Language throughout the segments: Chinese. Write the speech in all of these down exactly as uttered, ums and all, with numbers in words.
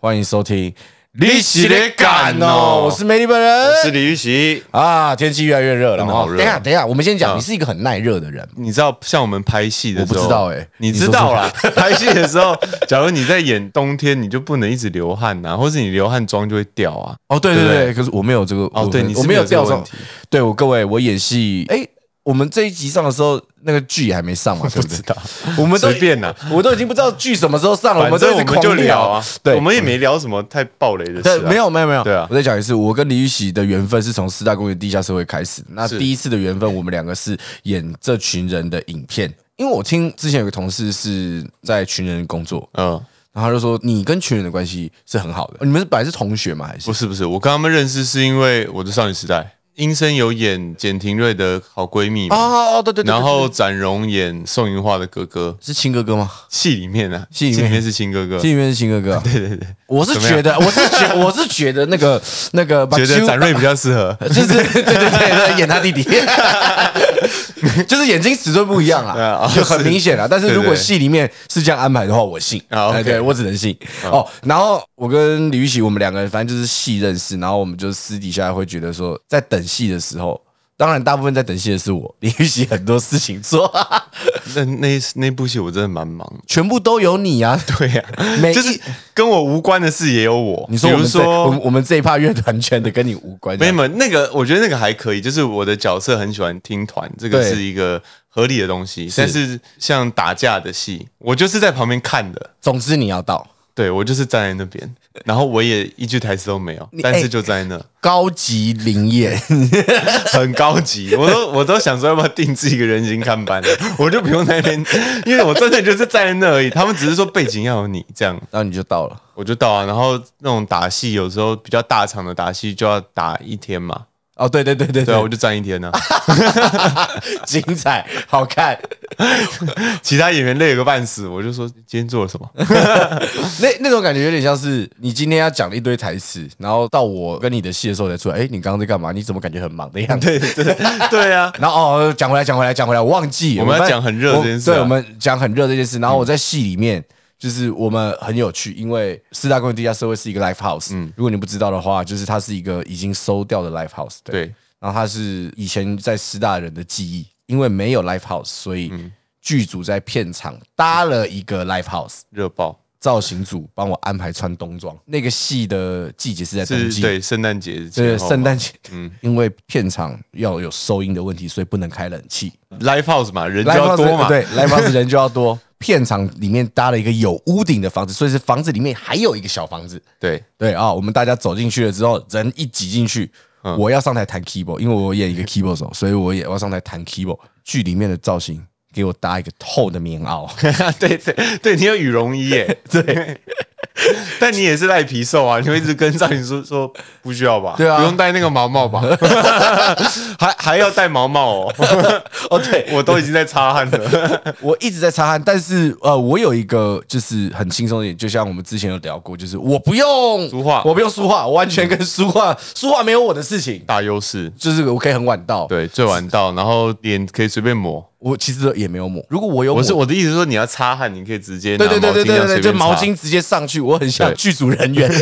欢迎收听你是在干哦，我是美丽本人， 我是李玉玺啊。天气越来越热了， 好热。 等一下，等一下，我们先讲，你是一个很耐热的人。 你知道，像我们拍戏的时候， 我不知道哎、欸， 你知道啦。拍戏的时候，假如你在演冬天，你就不能一直流汗呐、啊，或是你流汗妆就会掉啊。 哦，对对 对, 对，可是我没有这个， 哦，对，你我没有掉问题。 对我各位，我演戏，哎、欸。我们这一集上的时候，那个剧也还没上嘛，对不对？ 不知道， 我们随便啦， 我都已经不知道剧什么时候上了， 我们都我们就聊啊， 对， 我们也没聊什么太暴雷的事、啊。 对，没有没有没有， 对啊。 我再讲一次，我跟李玉玺的缘分是从四大公园地下社会开始。那第一次的缘分，我们两个是演这群人的影片，因为我听之前有个同事是在群人工作，嗯。然后他就说你跟群人的关系是很好的，你们本来是同学吗？还是不是不是？我跟他们认识是因为我的少女时代。殷生有演简廷瑞的好闺蜜嘛？ 哦哦对对对。 然后展荣演宋云画的哥哥， 是亲哥哥吗？ 戏里面啊， 戏里面是亲哥哥， 戏里面是亲哥哥。 对对对， 我是觉得，我是觉，我是觉得那个那个， 觉得展瑞比较适合， 就是对对对，演他弟弟，就是眼睛尺寸不一样啦，就很明显啦。但是如果戏里面是这样安排的话，我信。哎，对我只能信。哦，然后我跟李玉玺，我们两个人反正就是戏认识，然后我们就私底下会觉得说，在等戏的时候，当然大部分在等戏的是我，李玉玺很多事情做。 那那那部戏我真的蛮忙， 全部都有你啊！ 对呀、啊，就是跟我无关的事也有我。 你说我们说我们这一趴乐团圈的跟你无关， 没有那个，我觉得那个还可以，就是我的角色很喜欢听团，这个是一个合理的东西。但是像打架的戏，我就是在旁边看的。 总之你要到。 对，我就是站在那边，然后我也一句台词都没有，但是就在那， 高级灵验， 很高级。我都我都想说要不要定制一个人形看板，我就不用在那边，因为我真的就是站在那而已。他们只是说背景要有你这样， 然后你就到了， 我就到啊。然后那种打戏，有时候比较大场的打戏就要打一天嘛。 哦，对对对对对啊，我就站一天呢、 啊，精彩，好看。 其他演员累了个半死，我就说今天做了什么？ 那那种感觉有点像是你今天要讲了一堆台词，然后到我跟你的戏的时候才出来，哎，你刚刚在干嘛？你怎么感觉很忙的样子？ 对对对啊。 然后哦，讲回来讲回来讲回来，我忘记我们要讲很热这件事、啊， 对，我们讲很热这件事。然后我在戏里面。就是我们很有趣，因为四大公园地下社会是一个 live house。嗯，如果你不知道的话，就是它是一个已经收掉的 live house 对。对，然后它是以前在师大人的记忆，因为没有 live house， 所以剧组在片场搭了一个 live house， 热爆。 造型组帮我安排穿冬装，那个戏的季节是在冬季， 对，圣诞节， 对，圣诞节。嗯，因为片场要有收音的问题，所以不能开冷气。 Live house 嘛，人就要多嘛， 对 ，Live house 人就要多。片场里面搭了一个有屋顶的房子，所以是房子里面还有一个小房子。 对对啊、哦，我们大家走进去了之后，人一挤进去，嗯、我要上台弹 keyboard， 因为我演一个 keyboard 手，所以我也要上台弹 keyboard。剧里面的造型。给我搭一个厚的棉袄， 对对对，你有羽绒衣耶， 对， 但你也是赖皮兽啊，你会一直跟赵云说说不需要吧， 对啊， 不用戴那个毛帽吧，还还要戴毛帽哦， 哦对， 我都已经在擦汗了， 我一直在擦汗，但是呃，我有一个就是很轻松的点，就像我们之前有聊过，就是我不用书画， 我不用书画，我完全跟书画书画没有我的事情， 大优势就是我可以很晚到， 对，最晚到，然后脸可以随便抹。 我其实也没有抹，如果我有抹， 我是我的意思是说，你要擦汗，你可以直接拿对对对对对对，就毛巾直接上去，我很像剧组人员。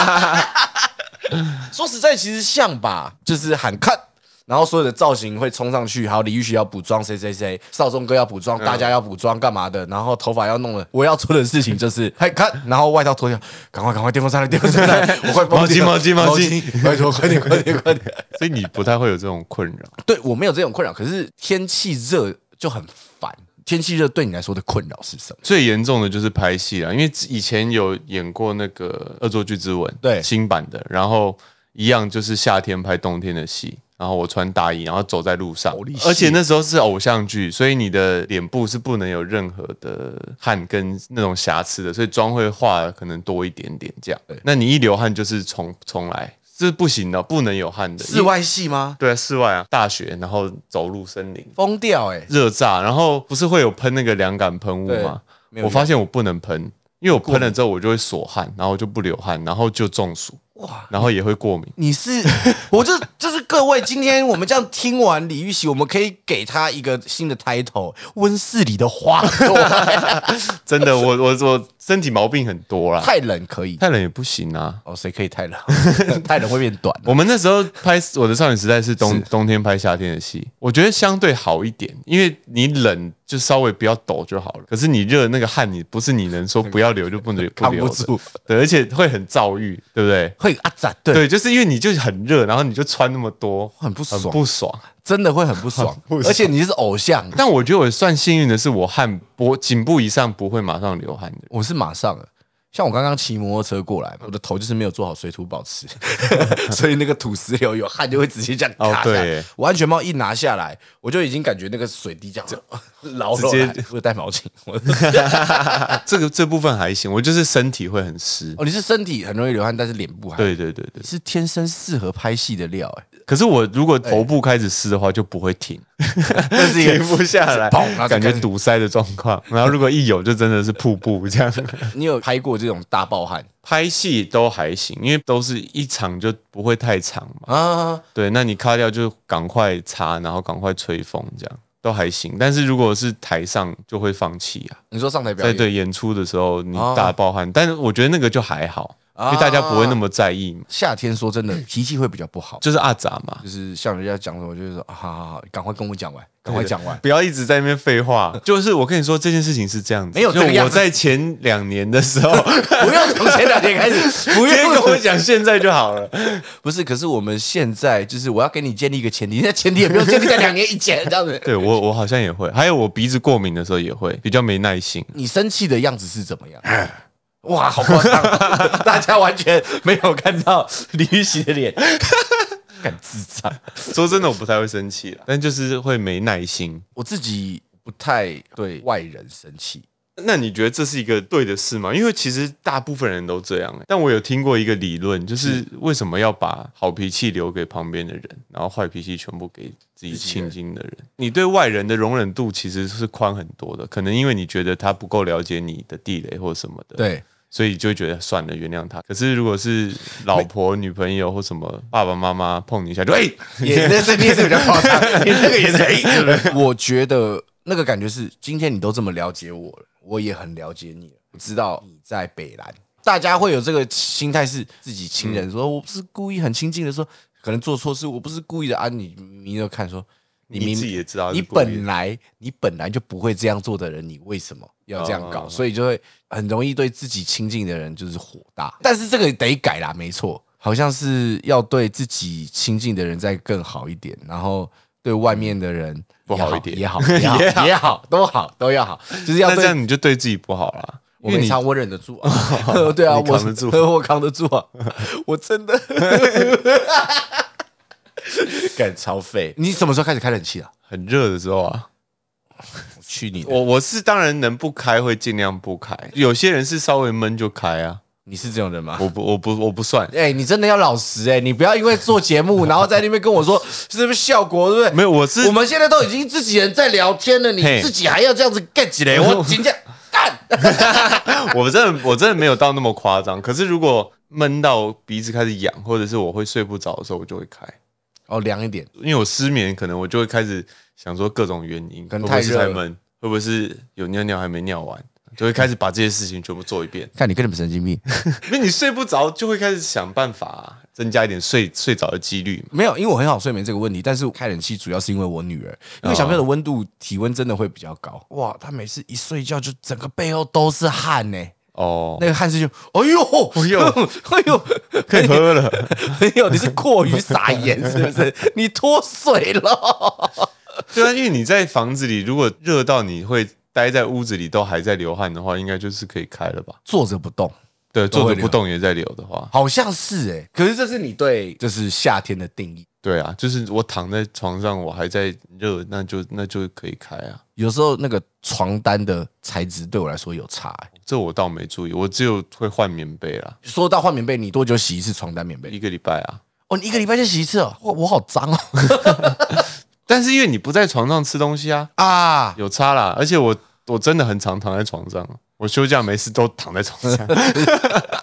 说实在，其实像吧，就是喊看，然后所有的造型会冲上去，还有李玉玺要补妆，谁谁谁，少宗哥要补妆，大家要补妆，干嘛的？然后头发要弄了，我要做的事情就是嗨看，然后外套脱掉，赶快赶快，电风扇来，电风扇来，我快毛巾毛巾毛巾， 拜托快点快点快点。 所以你不太会有这种困扰？ 对我没有这种困扰，可是天气热。就很烦。天气热对你来说的困扰是什么？ 最严重的就是拍戏啦，因为以前有演过那个《恶作剧之吻》 对新版的，然后一样就是夏天拍冬天的戏，然后我穿大衣，然后走在路上，而且那时候是偶像剧，所以你的脸部是不能有任何的汗跟那种瑕疵的，所以妆会化可能多一点点这样。那你一流汗就是重重来。这是不行的，不能有汗的。 室外戏吗？ 对啊，室外啊，大学，然后走入森林， 疯掉哎、欸， 热炸，然后不是会有喷那个凉感喷雾吗？我发现我不能喷，因为我喷了之后我就会锁汗，然后就不流汗，然后就中暑。 哇，然后也会过敏。 你是，我就就是各位，今天我们这样听完李玉玺，我们可以给他一个新的 title， 温室里的花朵。 真的，我我我身体毛病很多啦， 太冷可以， 太冷也不行啊。 哦，谁可以太冷？太冷会变短、啊。 我们那时候拍《我的少女时代》是冬是冬天拍夏天的戏，我觉得相对好一点，因为你冷就稍微不要抖就好了。可是你热那个汗，你不是你能说不要流就不能不流的，对，而且会很躁郁，对不对？ 会啊咋对？ 对，就是因为你就很热，然后你就穿那么多， 很不爽， 很不爽， 真的会很不爽。不爽而且你是偶像， 但我觉得我算幸运的是，我汗脖颈部以上不会马上流汗的， 我是马上的。像我刚刚骑摩托车过来，我的头就是没有做好水土保持，所以那个土石流有汗就会直接这样卡下来。哦、我安全帽一拿下来，我就已经感觉那个水滴这样捞落来。我有带毛巾， 这个这部分还行，我就是身体会很湿。 哦，你是身体很容易流汗，但是脸部还对对对对， 是天生适合拍戏的料哎、欸。 可是我如果头部开始湿的话，就不会停，停不下来，感觉堵塞的状况。然后如果一有，就真的是瀑布这样。 你有拍过这种大爆汗？ 拍戏都还行，因为都是一场就不会太长嘛。啊，对，那你卡掉就赶快擦，然后赶快吹风，这样都还行。但是如果是台上，就会放弃啊。 你说上台表演？ 对对，演出的时候你大爆汗，但是我觉得那个就还好。因为大家不会那么在意嘛。 夏天说真的，脾气会比较不好， 就是阿杂嘛， 就是像人家讲什么，就是说，好好好，赶快跟我讲完，赶快讲完， 不要一直在那边废话。就是我跟你说，这件事情是这样子， 没有这个样子。 我在前两年的时候， 不用从前两年开始，不用跟我讲，现在就好了。 不是，可是我们现在就是我要给你建立一个前提，那前提也不用建立在两年以前这样子。 对我，我好像也会，还有我鼻子过敏的时候也会比较没耐心。 你生气的样子是怎么样？哇，好夸张！大家完全没有看到李玉玺的脸，干智障。 说真的，我不太会生气啦，但就是会没耐心。 我自己不太对外人生气。 那你觉得这是一个对的事吗？因为其实大部分人都这样、欸。但我有听过一个理论，就是为什么要把好脾气留给旁边的人，然后坏脾气全部给自己亲近的人？你对外人的容忍度其实是宽很多的，可能因为你觉得他不够了解你的地雷或什么的。 对。 所以就会觉得算了，原谅他。可是如果是老婆、女朋友或什么爸爸妈妈碰你一下，就哎， 也那是你也是比较夸张，你那个也是哎。我觉得那个感觉是，今天你都这么了解我了，我也很了解你了。我知道你在北兰，大家会有这个心态，是自己亲人说，我不是故意很亲近的说，可能做错事，我不是故意的啊。你明就看说。 你, 你自己也知道， 你本来你本来就不会这样做的人，你为什么要这样搞？哦、所以就会很容易对自己亲近的人就是火大。但是这个得改啦，没错，好像是要对自己亲近的人再更好一点，然后对外面的人不好一点也好，也好，也好，也好，都好，都要好，就是要这样你就对自己不好啦。 我没差，我忍得住啊。对啊，我扛得住， 我扛得住啊，我真的。干超废！你什么时候开始开冷气啊？ 很热的时候啊。 去你的！ 我我是当然能不开会尽量不开，有些人是稍微闷就开啊。 你是这种人吗？ 我不我不我不算。 哎、欸，你真的要老实哎、欸，你不要因为做节目，然后在那边跟我说是不是效果，对不对？ 没有，我是我们现在都已经自己人在聊天了，你自己还要这样子干起来，我今天干。 我真的我真的没有到那么夸张，可是如果闷到鼻子开始痒，或者是我会睡不着的时候，我就会开。 哦，凉一点， 因为我失眠，可能我就会开始想说各种原因， 可能太热了， 会不会是太闷，会不会是有尿尿还没尿完，就会开始把这些事情全部做一遍。 看你跟你们神经病， 因为你睡不着，就会开始想办法、啊、增加一点睡睡着的几率。 没有，因为我很好睡眠这个问题，但是我开冷气主要是因为我女儿，因为小朋友的温度体温真的会比较高，哇，她每次一睡觉就整个背后都是汗呢、欸。哦，那个汗是就，哎呦，哎呦，哎呦， 可以喝了。 哎呦，你是过于撒盐是不是？你脱水了。 对啊，因为你在房子里，如果热到你会待在屋子里都还在流汗的话，应该就是可以开了吧？ 坐着不动， 对，坐着不动也在流的话， 好像是哎、欸。可是这是你对就是夏天的定义。 对啊，就是我躺在床上，我还在热，那就那就可以开啊。 有时候那个床单的材质对我来说有差、欸， 这我倒没注意，我只有会换棉被啦。 说到换棉被，你多久洗一次床单棉被？ 一个礼拜啊。 哦，你一个礼拜就洗一次哦，我我好脏哦。 但是因为你不在床上吃东西啊，啊，有差啦。而且我我真的很常躺在床上，我休假没事都躺在床上。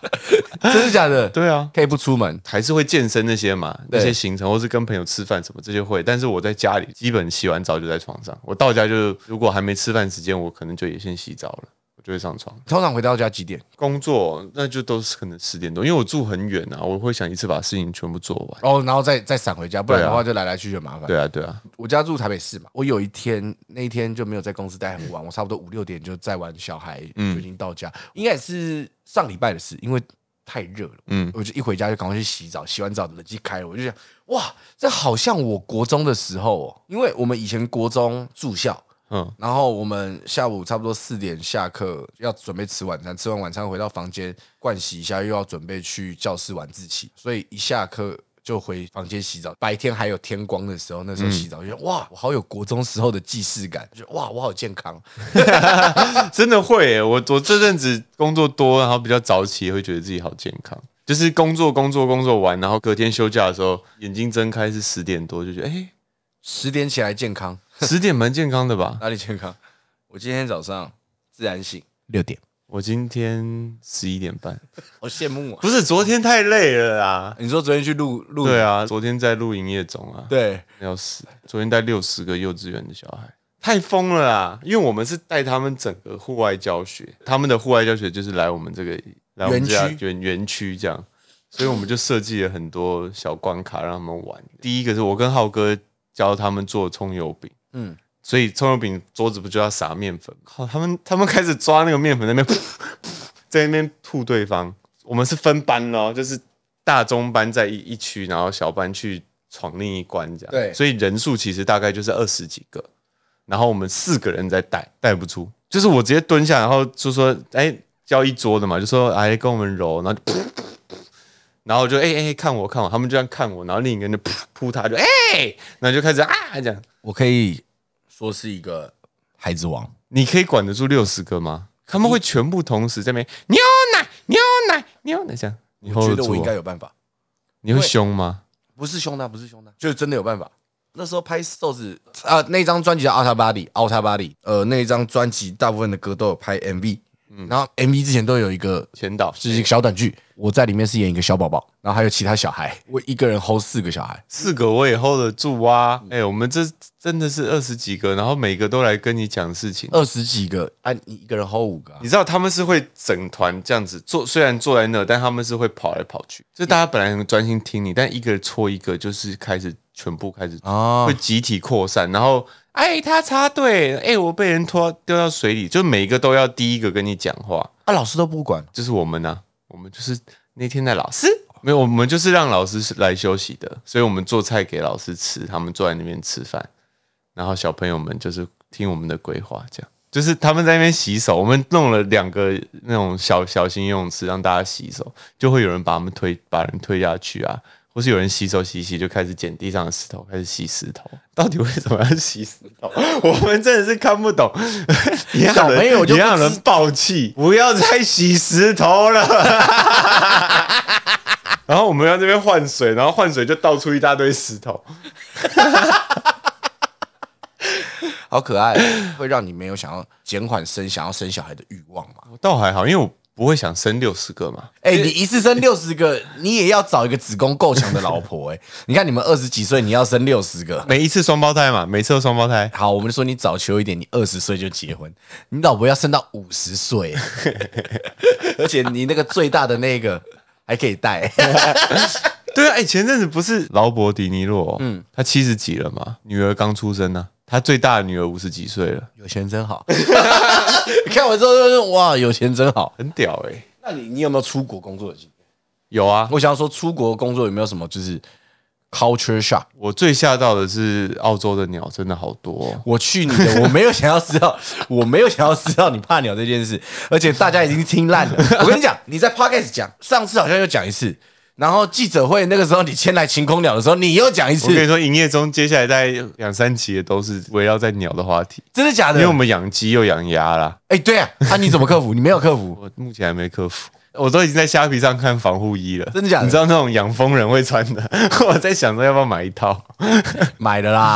真的假的？ 对啊， 可以不出门， 还是会健身那些嘛，那些行程或是跟朋友吃饭什么这些会，但是我在家里基本洗完澡就在床上，我到家就如果还没吃饭时间，我可能就也先洗澡了。就会上床。 通常回到家几点？ 工作那就都是可能十点多，因为我住很远啊，我会想一次把事情全部做完。 哦，然后再再闪回家，不然的话就来来去去很麻烦。 对啊，对啊。 我家住台北市嘛，我有一天那一天就没有在公司待很晚，我差不多五六点就载完小孩就已经到家，嗯、应该也是上礼拜的事，因为太热了，嗯，我就一回家就赶快去洗澡，洗完澡冷气开了，我就想，哇，这好像我国中的时候哦，因为我们以前国中住校。嗯，然后我们下午差不多四点下课，要准备吃晚餐。吃完晚餐回到房间盥洗一下，又要准备去教室晚自习，所以一下课就回房间洗澡。白天还有天光的时候，那时候洗澡，就觉得哇，我好有国中时候的既视感，就哇，我好健康， 真的会耶。我我这阵子工作多，然后比较早起，会觉得自己好健康。就是工作工作工作完，然后隔天休假的时候，眼睛睁开是十点多，就觉得哎， 十点起来健康。 十点蛮健康的吧？ 哪里健康？我今天早上自然醒六点， 我今天十一点半， 好羡慕啊！ 不是昨天太累了啦。 你说昨天去录录？ 对啊，昨天在录营业中啊， 对， 要死！昨天带六十个幼稚园的小孩，太疯了啦！因为我们是带他们整个户外教学，他们的户外教学就是来我们这个来我们这园区园园区这样，所以我们就设计了很多小关卡让他们玩。第一个是我跟浩哥教他们做葱油饼。嗯，所以葱油饼桌子不就要撒面粉？靠，他们他们开始抓那个面粉在那边，在那边吐对方。我们是分班咯，就是大中班在一一区，然后小班去闯另一关这样。 对， 所以人数其实大概就是二十几个，然后我们四个人在带，带不出。就是我直接蹲下，然后就说：“哎，教一桌的嘛，就说哎跟我们揉，然后就。”然后就哎哎、欸欸、看我看我，他们就这样看我，然后另一个人就扑扑他就哎、欸，然后就开始啊这样。 我可以说是一个孩子王， 你可以管得住六十个吗？他们会全部同时在那边牛奶牛奶牛奶这样。你我觉得我应该有办法。 你会凶吗？ 不是凶的，不是凶的，就是真的有办法。那时候拍瘦子啊，那张专辑叫《Outer Body》，Outer Body， 呃，那一张专辑大部分的歌都有拍 M V。然后 M V 之前都有一个前导， 就是一个小短剧，我在里面是演一个小宝宝，然后还有其他小孩，我一个人 hold 四个小孩， 四个我也 hold 得住啊！哎、欸，我们这真的是二十几个，然后每个都来跟你讲事情， 二十几个，啊，你一个人 hold 五个、啊， 你知道他们是会整团这样子坐，虽然坐在那，但他们是会跑来跑去，就大家本来很专心听你，但一个人戳一个，就是开始全部开始会集体扩散，然后。哎，他插队，哎，我被人拖丢到水里，就每一个都要第一个跟你讲话啊，老师都不管， 就是我们啊，我们就是那天的老师，没有，我们就是让老师来休息的，所以我们做菜给老师吃，他们坐在那边吃饭，然后小朋友们就是听我们的规划，这样，就是他们在那边洗手，我们弄了两个那种小小型游泳池让大家洗手，就会有人把他们推，把人推下去啊。或是有人洗手洗洗就开始捡地上的石头，开始洗石头。到底为什么要洗石头？我们真的是看不懂。 小朋友就也让人爆气，不要再洗石头了。然后我们要这边换水，然后换水就倒出一大堆石头。 好可爱，会让你没有想要减缓生想要生小孩的欲望吗？ 倒还好，因为我。不会想生六十个嘛？ 哎、欸，你一次生六十个，你也要找一个子宫够强的老婆哎、欸。你看你们二十几岁，你要生六十个， 每一次双胞胎嘛，每次都双胞胎。 好，我们就说你早求一点，你二十岁就结婚，你老婆要生到五十岁，而且你那个最大的那个还可以带。 对啊，哎、欸，前阵子不是劳勃迪尼洛，嗯，他七十几了嘛，女儿刚出生呢、啊。他最大的女儿五十几岁了， 有钱真好。看完之后就说哇，有钱真好， 很屌哎、欸。 那你你有没有出国工作的经验？ 有啊， 我想要说出国工作有没有什么就是 culture shock？ 我最吓到的是澳洲的鸟真的好多、哦。 我去你的，我没有想要知道，我没有想要知道你怕鸟这件事，而且大家已经听烂了。我跟你讲，你在 podcast 讲，上次好像又讲一次。然后记者会那个时候，你牵来晴空鸟的时候，你又讲一次。 我跟你说，营业中接下来在两三期的都是围绕在鸟的话题， 真的假的？ 因为我们养鸡又养鸭啦。 哎、欸，对啊，那、啊、你怎么克服？你没有克服？ 我目前还没克服，我都已经在虾皮上看防护衣了。 真的假的？ 你知道那种养蜂人会穿的，我在想说要不要买一套， 买了啦。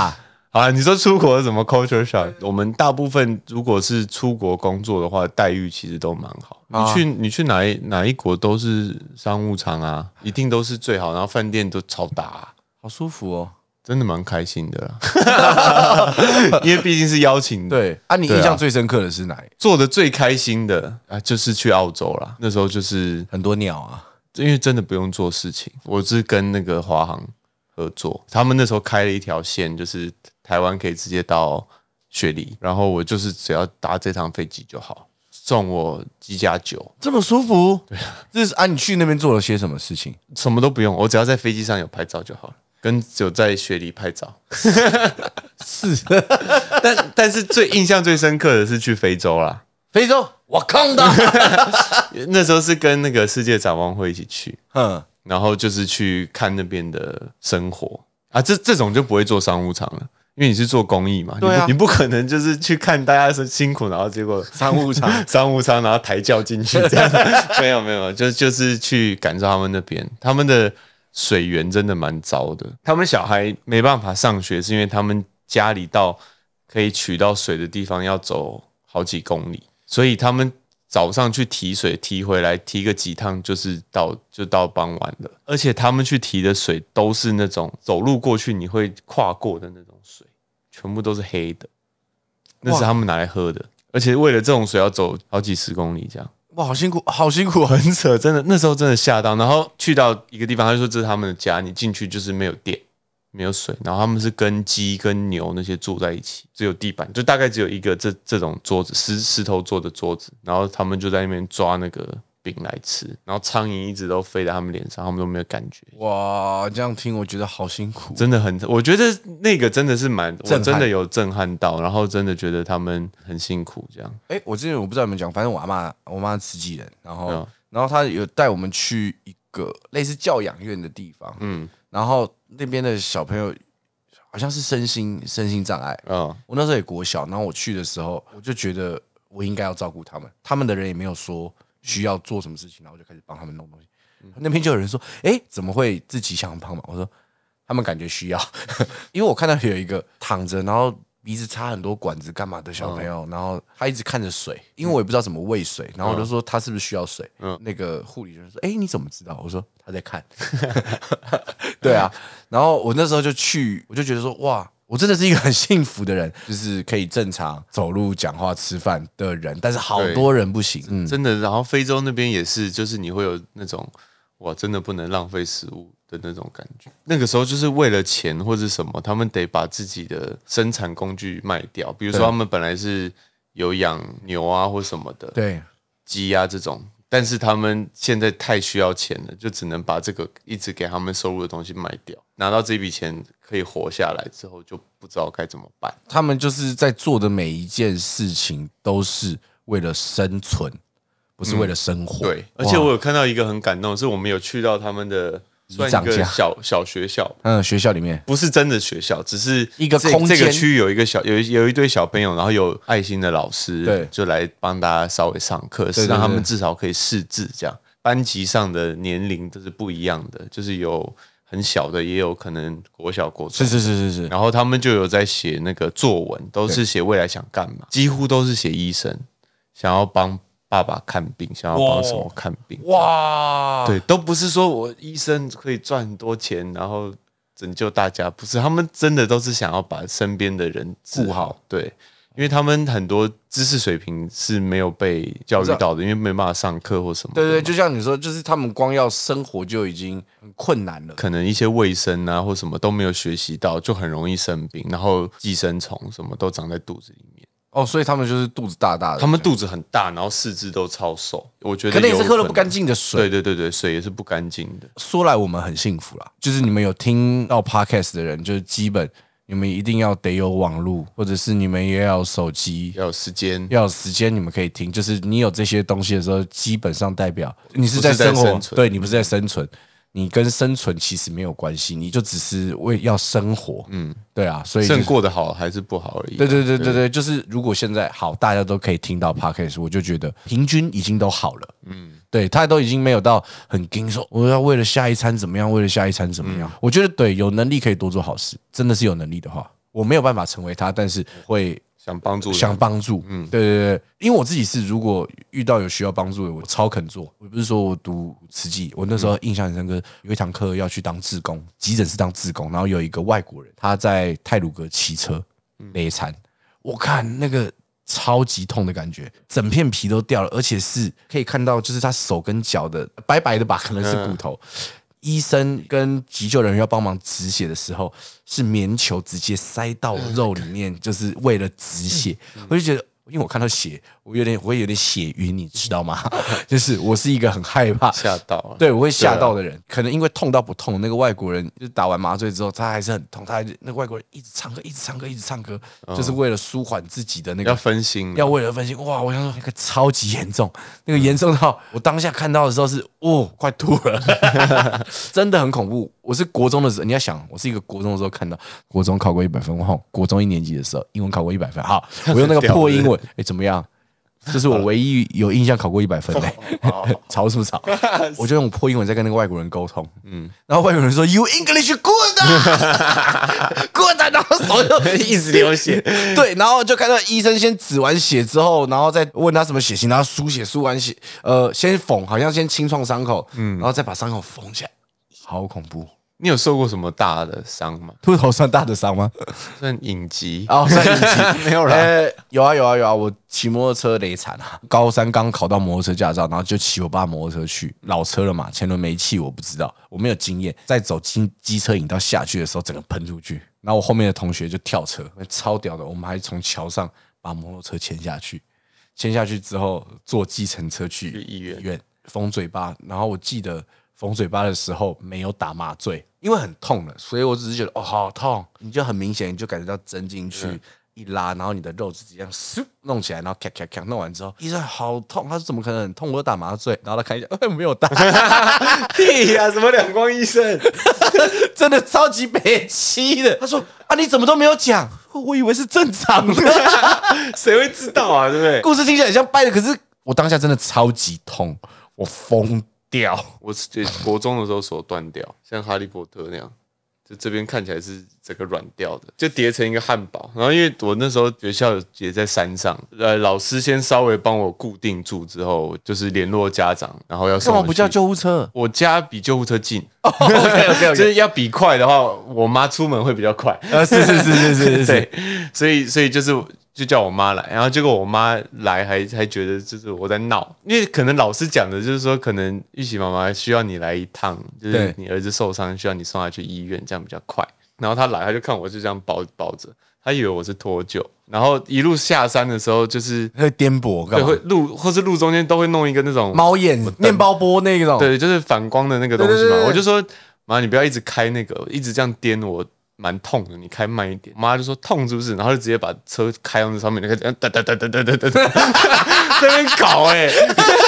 好了，你说出国什么 culture shock？ 我们大部分如果是出国工作的话，待遇其实都蛮好。啊、你去你去哪一哪一国都是商务舱啊，一定都是最好，然后饭店都超大、啊， 好舒服哦。 真的蛮开心的啦，因为毕竟是邀请。 对啊，你印象最深刻的是哪一？ 做的最开心的啊，就是去澳洲啦。那时候就是很多鸟啊， 因为真的不用做事情。我是跟那个华航合作，他们那时候开了一条线，就是台湾可以直接到雪梨，然后我就是只要搭这趟飞机就好，送我机加酒， 这么舒服。对啊，这是啊，你去那边做了些什么事情？ 什么都不用，我只要在飞机上有拍照就好了。跟只有在雪梨拍照是， 但但是最印象最深刻的是去非洲啦。 非洲，我看到那时候是跟那个世界展望会一起去，嗯，然后就是去看那边的生活啊，这这种就不会做商务舱了，因为你是做公益嘛， 对啊， 你不，你不可能就是去看大家辛苦，然后结果商务舱商务舱然后抬轿进去这样，没有没有，就就是去感受他们那边他们的。水源真的蛮糟的，他们小孩没办法上学，是因为他们家里到可以取到水的地方要走好几公里，所以他们早上去提水，提回来提个几趟就是到就到傍晚了。而且他们去提的水都是那种走路过去你会跨过的那种水，全部都是黑的，那是他们拿来喝的。而且为了这种水要走好几十公里这样。 哇，好辛苦，好辛苦， 很扯，真的，那时候真的吓到。然后去到一个地方，他就说这是他们的家，你进去就是没有电，没有水。然后他们是跟鸡、跟牛那些住在一起，只有地板，就大概只有一个这这种桌子，石石头做的桌子。然后他们就在那边抓那个饼来吃，然后苍蝇一直都飞在他们脸上，他们都没有感觉。 哇，这样听我觉得好辛苦， 真的很，我觉得那个真的是蛮，我真的有震撼到，然后真的觉得他们很辛苦这样。 哎、欸，我之前我不知道你们讲，反正我阿嬷我妈是慈济人，然后、嗯、然后她有带我们去一个类似教养院的地方，嗯，然后那边的小朋友好像是身心身心障碍，嗯，我那时候也国小，然后我去的时候，我就觉得我应该要照顾他们，他们的人也没有说需要做什么事情，然后我就开始帮他们弄东西。嗯、那边就有人说：“哎、欸，怎么会自己想帮忙？”我说：“他们感觉需要，因为我看到有一个躺着，然后鼻子插很多管子干嘛的小朋友，嗯、然后他一直看着水，因为我也不知道怎么喂水，然后我就说他是不是需要水？嗯、那个护理人说：‘哎、欸，你怎么知道？’我说他在看。对啊，然后我那时候就去，我就觉得说哇。”我真的是一个很幸福的人，就是可以正常走路、讲话、吃饭的人，但是好多人不行， 嗯、真的。然后非洲那边也是，就是你会有那种哇，真的不能浪费食物的那种感觉。那个时候就是为了钱或者什么，他们得把自己的生产工具卖掉。比如说他们本来是有养牛啊或什么的， 对， 鸡啊这种。但是他们现在太需要钱了，就只能把这个一直给他们收入的东西卖掉，拿到这笔钱可以活下来之后，就不知道该怎么办。 他们就是在做的每一件事情都是为了生存，不是为了生活。 嗯、对，而且我有看到一个很感动，是我们有去到他们的。算一个小小学校， 嗯，学校里面不是真的学校，只是一个空间。 这个区域有一个小有有一堆小朋友，然后有爱心的老师， 对， 就来帮大家稍微上课，是让他们至少可以识字。这样班级上的年龄都是不一样的，就是有很小的，也有可能国小国中， 是是是是是。 然后他们就有在写那个作文，都是写未来想干嘛，几乎都是写医生，想要帮。爸爸看病，想要帮什么看病？哇，对，都不是说我医生可以赚很多钱，然后拯救大家，不是，他们真的都是想要把身边的人顾好。对，因为他们很多知识水平是没有被教育到的，因为没办法上课或什么。 对对，就像你说，就是他们光要生活就已经很困难了， 可能一些卫生啊或什么都没有学习到，就很容易生病，然后寄生虫什么都长在肚子里面。 哦，所以他们就是肚子大大的， 他们肚子很大，然后四肢都超瘦。我觉得可能也是喝了不干净的水。 对对对对，水也是不干净的。 说来我们很幸福啦，就是你们有听到 podcast 的人，就是基本你们一定要得有网络，或者是你们也要有手机， 要有时间， 要有时间你们可以听。就是你有这些东西的时候，基本上代表你是在生活，对你不是在生存。你跟生存其实没有关系，你就只是为要生活，嗯，对啊，所以剩过得好还是不好而已、啊。 对对对对对，就是如果现在好，大家都可以听到 podcast， 我就觉得平均已经都好了，嗯，对，他都已经没有到很紧说我要为了下一餐怎么样，为了下一餐怎么样，嗯、我觉得对，有能力可以多做好事，真的是有能力的话， 我没有办法成为他，但是我会想帮助， 想帮助。嗯，对对对，因为我自己是，如果遇到有需要帮助的，我超肯做。我不是说我读慈济，我那时候印象很深刻，有一堂课要去当志工，急诊室当志工，然后有一个外国人，他在太鲁阁骑车累残，我看那个超级痛的感觉，整片皮都掉了，而且是可以看到，就是他手跟脚的白白的吧，可能是骨头。嗯，医生跟急救人员要帮忙止血的时候，是棉球直接塞到肉里面，就是为了止血。我就觉得，因为我看到血，我有点我会有点血晕，你知道吗？就是我是一个很害怕吓到了， 对我会吓到的人。可能因为痛到不痛，那个外国人就打完麻醉之后，他还是很痛，他还那个外国人一直唱歌，一直唱歌，一直唱歌，嗯，就是为了舒缓自己的那个要分心， 要为了分心。哇，我想说那个超级严重，那个严重到我当下看到的时候是哦，快吐了，真的很恐怖。我是国中的时候，你要想，我是一个国中的时候看到，国中考过一百分，后国中一年级的时候，英文考过一百分，好，我用那个破英文，哎、欸，怎么样？这是我唯一有印象考过一百分的、欸，吵什么吵？我就用破英文在跟那个外国人沟通，嗯，然后外国人说 “You English good 啊 ，good”， 然后手就一直流血， 对，然后就看到医生先止完血之后，然后再问他什么血型，然后输血，输完血，呃，先缝，好像先清创伤口，嗯，然后再把伤口缝起来，好恐怖。 你有受过什么大的伤吗？ 秃头算大的伤吗？ 算隐疾哦，算隐疾没有啦、 欸。有啊有啊有啊！我骑摩托车累惨啊！高三刚考到摩托车驾照，然后就骑我爸摩托车去，老车了嘛，前轮没气，我不知道，我没有经验。在走机机车引到下去的时候，整个喷出去，然后我后面的同学就跳车，超屌的。我们还从桥上把摩托车牵下去，牵下去之后坐计程车去医院，医院缝嘴巴。然后我记得缝嘴巴的时候没有打麻醉。因为很痛了，所以我只是觉得哦好痛，你就很明显，你就感觉到针进去、嗯、一拉，然后你的肉直接这样嗖弄起来，然后咔咔咔弄完之后，医生好痛，他说怎么可能很痛？我有打麻醉，然后他看一下，哎没有打， 屁呀、啊，什么两光医生， 真的超级北七的。他说啊你怎么都没有讲，我以为是正常的， 谁会知道啊？对不对？ 故事听起来很像掰的，可是我当下真的超级痛，我疯。掉， 我国中的时候手断掉，像哈利波特那样，就这边看起来是整个软掉的，就叠成一个汉堡。然后因为我那时候学校也在山上，呃，老师先稍微帮我固定住之后，就是联络家长，然后要送我去。 干嘛不叫救护车？ 我家比救护车近。 哦 OK OK OK， 就是要比快的话，我妈出门会比较快。 呃，是是是是是是， 对，所以所以就是。就叫我妈来，然后结果我妈来还还觉得就是我在闹，因为可能老师讲的就是说，可能玉琪妈妈需要你来一趟，就是你儿子受伤需要你送他去医院，这样比较快。然后他来，他就看我就这样抱抱着，他以为我是脱臼，然后一路下山的时候就是会颠簸， 对，会路或是路中间都会弄一个那种猫眼面包波那种， 对，就是反光的那个东西嘛。对对对对，我就说妈，你不要一直开那个，一直这样颠我。蛮痛的，你开慢一点。我妈就说痛是不是？然后就直接把车开到那上面，就开始哒哒哒哒哒哒哒，在那边搞哎、欸，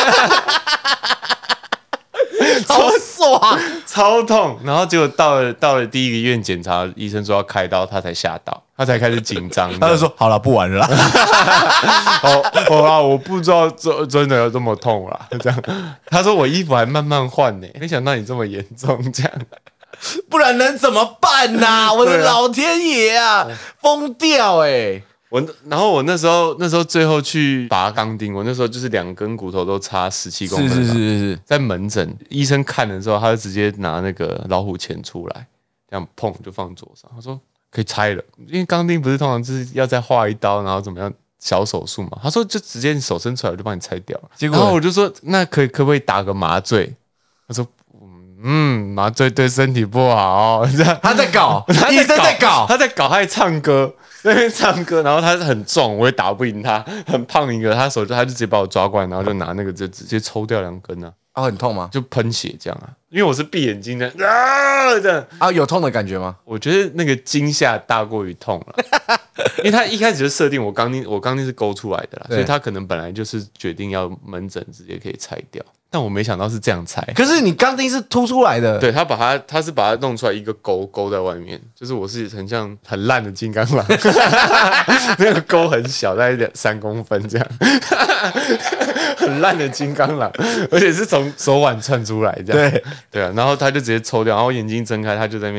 超爽， 超痛。然后结果到了到了第一个医院检查，医生说要开刀，他才吓到，他才开始紧张。 他就说：“好了，不玩了啦。 哦”哦啊，我不知道真真的有这么痛啦。这样，他说我衣服还慢慢换呢、欸，没想到你这么严重，这样。 不然能怎么办呐、啊？我的老天爷啊，疯掉哎、欸！ 我然后我那时候那时候最后去拔钢钉，我那时候就是两根骨头都差十七公分， 是是是是是， 在门诊医生看的时候，他就直接拿那个老虎钳出来，这样碰就放桌上，他说可以拆了，因为钢钉不是通常就是要再划一刀，然后怎么样小手术嘛？他说就直接你手伸出来，我就帮你拆掉了。结果然后我就说那可以可不可以打个麻醉？他说。嗯，麻醉对身体不好。这样他在搞，医生在搞， 他在搞，他在唱歌，在那边唱歌，然后他很重，我也打不赢他，很胖一个，他手就他就直接把我抓过来，然后就拿那个就直接抽掉两根啊。 啊，很痛吗？ 就喷血这样啊，因为我是闭眼睛的啊，这样啊，有痛的感觉吗？ 我觉得那个惊吓大过于痛了，因为他一开始就设定我钢钉，我钢钉是勾出来的啦，所以他可能本来就是决定要门诊直接可以拆掉。但我没想到是这样拆， 可是你钢钉是凸出来的， 对他把它，他是把它弄出来一个钩钩在外面，就是我是很像很烂的金刚狼，那个钩很小，大概两三公分这样，很烂的金刚狼，而且是从手腕窜出来这样， 对对啊，然后他就直接抽掉，然后我眼睛睁开，他就在那边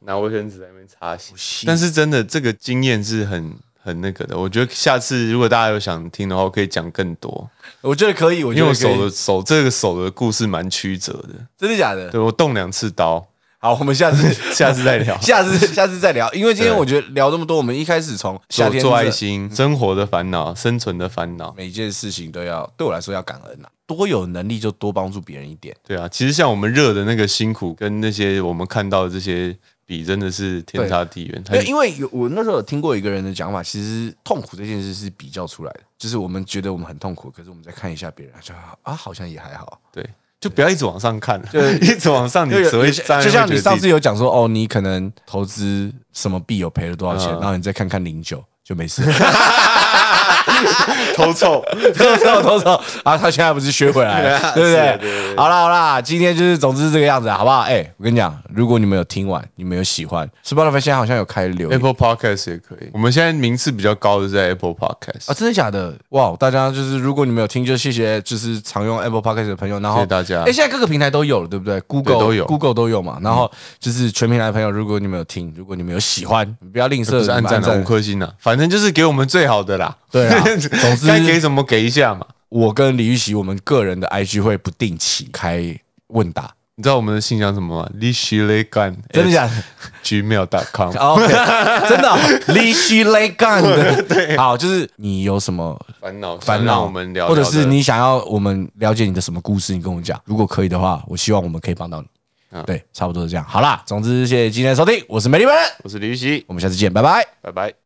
拿卫生纸在那边擦洗。但是真的这个经验是很很那个的，我觉得下次如果大家有想听的话，我可以讲更多。 我觉得可以，我觉得可以。 因为我手的手这个手的故事蛮曲折的， 真的假的？ 对我动两次刀。 好，我们下次下次再聊， 下次下次再聊。因为今天我觉得聊这么多，我们一开始从夏天做爱心、生活的烦恼、生存的烦恼， 每件事情都要对我来说要感恩啊，多有能力就多帮助别人一点。 对啊，其实像我们热的那个辛苦，跟那些我们看到的这些比，真的是天差地远。 对，因为有我那时候有听过一个人的讲法，其实痛苦这件事是比较出来的，就是我们觉得我们很痛苦，可是我们再看一下别人，就啊好像也还好。 对。就不要一直往上看，就一直往上，你只会就像你上次有讲说，哦，你可能投资什么币有赔了多少钱，然后你再看看零九就没事。 偷臭， 偷臭，偷臭啊！他现在不是学回来了，对不对？对对对好啦好啦，今天就是总之是这个样子，好不好？哎、欸，我跟你讲，如果你们有听完，你们有喜欢 ，Spotify 现在好像有开留言 ，Apple Podcast 也可以。我们现在名次比较高的是在 Apple Podcast 啊，真的假的？哇，大家就是如果你们有听，就谢谢，就是常用 Apple Podcast 的朋友，然后谢谢大家。 哎、欸，现在各个平台都有了，对不对 ？Google 都有 ，Google 都有嘛。然后就是全平台的朋友，如果你们有听，如果你们有喜欢，不要吝啬， 不是按赞的五颗星啊，反正就是给我们最好的啦。 对啊，总之该给什么给一下嘛。 我跟李玉玺，我们个人的 I G 会不定期开问答。 你知道我们的信箱什么吗？李旭雷干， 真的假的 ？gmail dot com。 OK， 真的、哦，李旭雷干的。对，好，就是你有什么烦恼， 烦恼我们聊， 或者是你想要我们了解你的什么故事，你跟我讲。如果可以的话，我希望我们可以帮到你。嗯、对，差不多是这样。好啦，总之谢谢今天的收听，我是美丽本人， 我是李玉玺， 我们下次见，拜拜， 拜拜。